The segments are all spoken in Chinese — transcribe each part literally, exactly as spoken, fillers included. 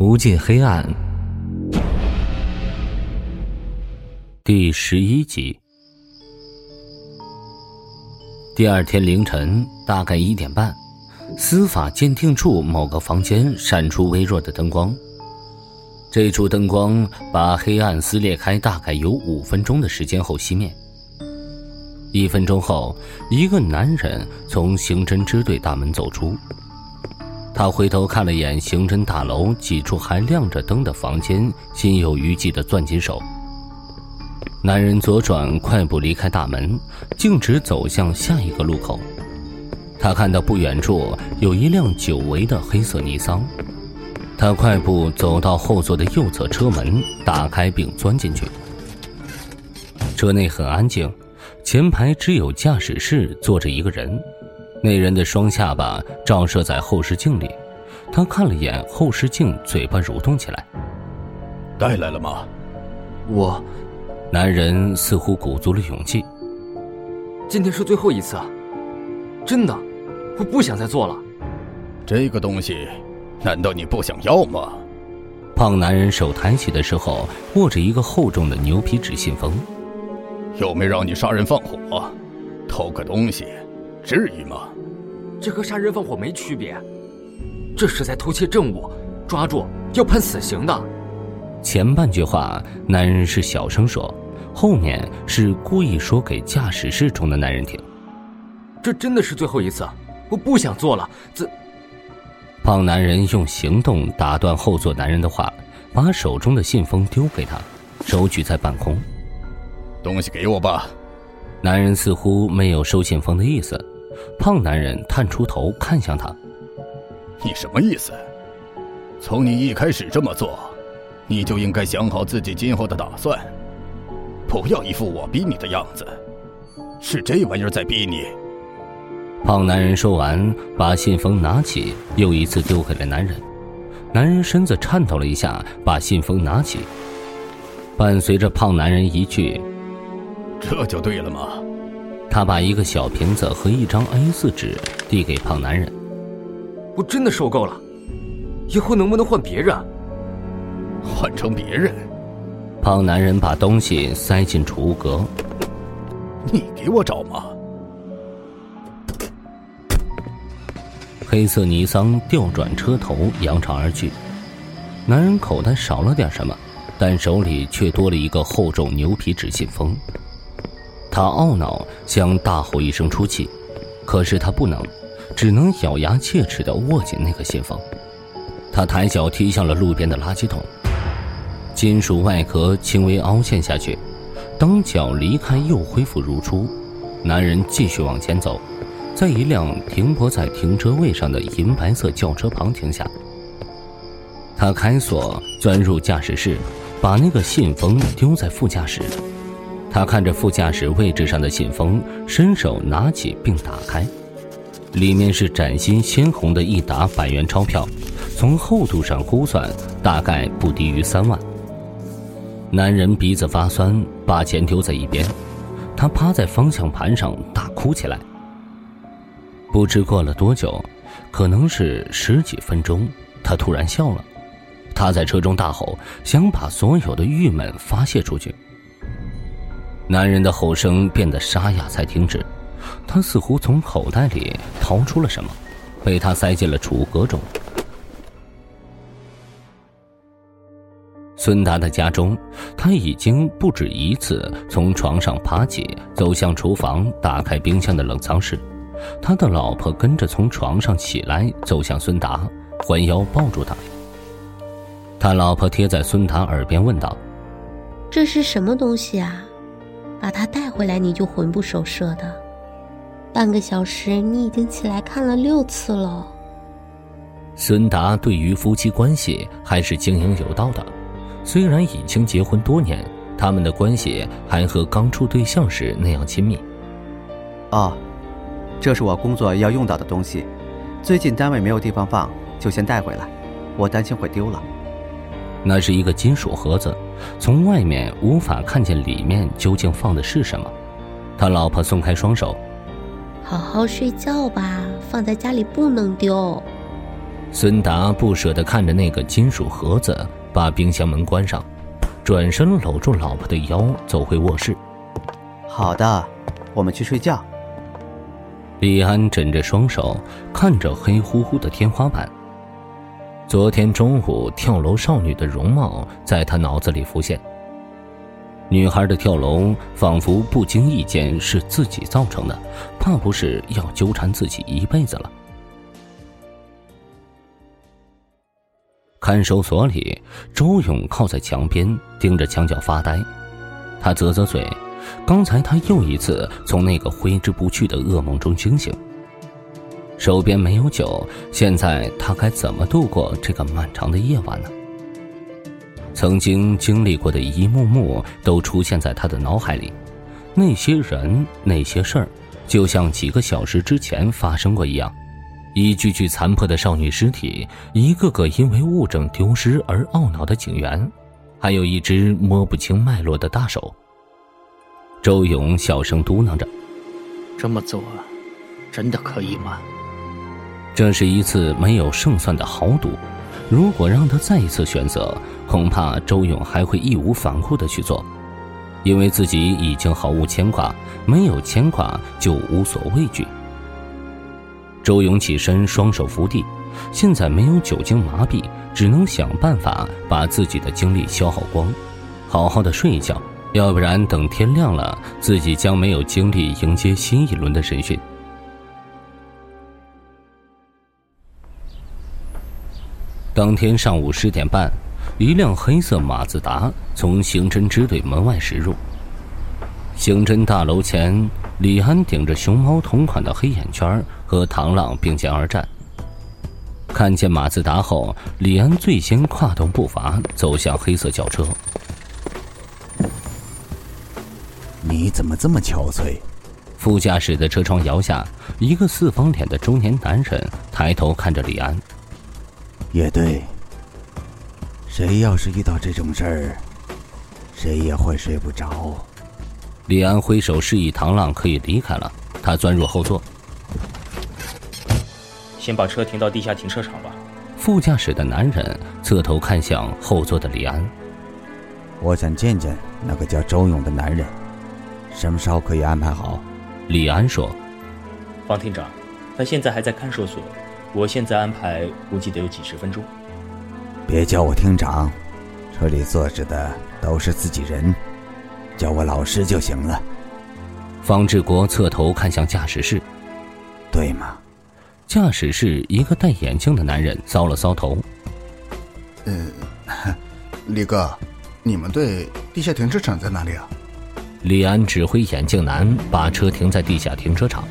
无尽黑暗第十一集。第二天凌晨大概一点半，司法鉴定处某个房间闪出微弱的灯光。这处灯光把黑暗撕裂开大概有五分钟的时间后熄灭。一分钟后，一个男人从刑侦支队大门走出。他回头看了眼刑侦大楼几处还亮着灯的房间，心有余悸地攥紧手。男人左转快步离开大门，径直走向下一个路口。他看到不远处有一辆久违的黑色尼桑，他快步走到后座的右侧车门，打开并钻进去。车内很安静，前排只有驾驶室坐着一个人，那人的双下巴照射在后视镜里，他看了眼后视镜，嘴巴蠕动起来。 带来了吗？ 我男人似乎鼓足了勇气。 今天是最后一次，真的，我不想再做了。 这个东西难道你不想要吗？ 胖男人手抬起的时候握着一个厚重的牛皮纸信封。 又没让你杀人放火，偷个东西至于吗？ 这和杀人放火没区别，这是在偷窃证物，抓住要判死刑的。 前半句话男人是小声说，后面是故意说给驾驶室中的男人听。 这真的是最后一次，我不想做了。这胖男人用行动打断后座男人的话，把手中的信封丢给他，手举在半空。 东西给我吧。 男人似乎没有收信封的意思。胖男人探出头看向他。 你什么意思？从你一开始这么做，你就应该想好自己今后的打算，不要一副我逼你的样子。是这玩意儿在逼你。 胖男人说完，把信封拿起，又一次丢给了男人。男人身子颤抖了一下，把信封拿起。伴随着胖男人一句这就对了吗？ 他把一个小瓶子和一张 A 四 纸递给胖男人。 我真的受够了，以后能不能换别人？ 换成别人？ 胖男人把东西塞进储物格。 你给我找吗？ 黑色尼桑调转车头扬长而去。男人口袋少了点什么，但手里却多了一个厚重牛皮纸信封。他懊恼想大吼一声出气，可是他不能，只能咬牙切齿地握紧那个信封。他抬脚踢向了路边的垃圾桶，金属外壳轻微凹陷下去，当脚离开又恢复如初。男人继续往前走，在一辆停泊在停车位上的银白色轿车旁停下。他开锁钻入驾驶室，把那个信封丢在副驾驶。他看着副驾驶位置上的信封，伸手拿起并打开，里面是崭新鲜红的一沓百元钞票，从厚度上估算大概不低于三万。男人鼻子发酸，把钱丢在一边，他趴在方向盘上大哭起来。不知过了多久，可能是十几分钟，他突然笑了。他在车中大吼，想把所有的郁闷发泄出去。男人的吼声变得沙哑才停止，他似乎从口袋里掏出了什么，被他塞进了储物格中。孙达的家中，他已经不止一次从床上爬起，走向厨房，打开冰箱的冷藏室。他的老婆跟着从床上起来，走向孙达，环腰抱住他。他老婆贴在孙达耳边问道： 这是什么东西啊？把它带回来你就魂不守舍的，半个小时你已经起来看了六次了。 孙达对于夫妻关系还是经营有道的，虽然已经结婚多年，他们的关系还和刚处对象时那样亲密。 哦，这是我工作要用到的东西，最近单位没有地方放，就先带回来，我担心会丢了。 那是一个金属盒子，从外面无法看见里面究竟放的是什么。他老婆松开双手。 好好睡觉吧，放在家里不能丢。 孙达不舍地看着那个金属盒子，把冰箱门关上，转身搂住老婆的腰，走回卧室。 好的，我们去睡觉。 李安枕着双手，看着黑乎乎的天花板。昨天中午跳楼少女的容貌在他脑子里浮现。女孩的跳楼仿佛不经意间是自己造成的，怕不是要纠缠自己一辈子了。看守所里，周勇靠在墙边盯着墙角发呆。他啧啧嘴，刚才他又一次从那个挥之不去的噩梦中惊醒。手边没有酒，现在他该怎么度过这个漫长的夜晚呢？曾经经历过的一幕幕都出现在他的脑海里，那些人那些事儿就像几个小时之前发生过一样，一具具残破的少女尸体，一个个因为物证丢失而懊恼的警员，还有一只摸不清脉络的大手。周勇小声嘟囔着， 这么做真的可以吗？ 这是一次没有胜算的豪赌，如果让他再一次选择，恐怕周勇还会义无反顾地去做，因为自己已经毫无牵挂，没有牵挂就无所畏惧。周勇起身，双手扶地，现在没有酒精麻痹，只能想办法把自己的精力消耗光，好好的睡一觉，要不然等天亮了，自己将没有精力迎接新一轮的审讯。当天上午十点半，一辆黑色马自达从刑侦支队门外驶入。刑侦大楼前，李安顶着熊猫同款的黑眼圈和唐浪并肩而战。看见马自达后，李安最先跨动步伐走向黑色轿车。 你怎么这么憔悴？ 副驾驶的车窗摇下，一个四方脸的中年男人抬头看着李安。 也对，谁要是遇到这种事儿，谁也会睡不着。 李安挥手示意唐浪可以离开了，他钻入后座。 先把车停到地下停车场吧。 副驾驶的男人侧头看向后座的李安。 我想见见那个叫周勇的男人，什么时候可以安排好？ 李安说。 方厅长，他现在还在看守所，我现在安排估计得有几十分钟。 别叫我厅长，车里坐着的都是自己人，叫我老师就行了。 方志国侧头看向驾驶室。 对吗？ 驾驶室一个戴眼镜的男人搔了搔头。 呃，李哥，你们队地下停车场在哪里啊？ 李安指挥眼镜男把车停在地下停车场。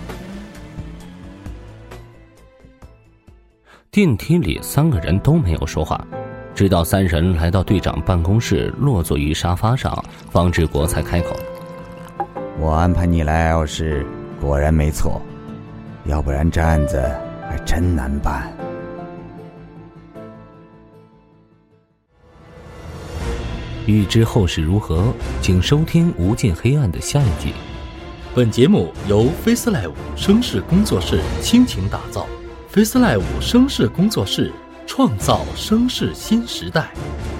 电梯里三个人都没有说话，直到三人来到队长办公室，落座于沙发上，方志国才开口。 我安排你来 L 市果然没错，要不然这案子还真难办。 欲知后事如何，请收听《无尽黑暗》的下一集。 本节目由 FaceLive 声势工作室倾情打造，FaceLive 声势工作室创造声势新时代。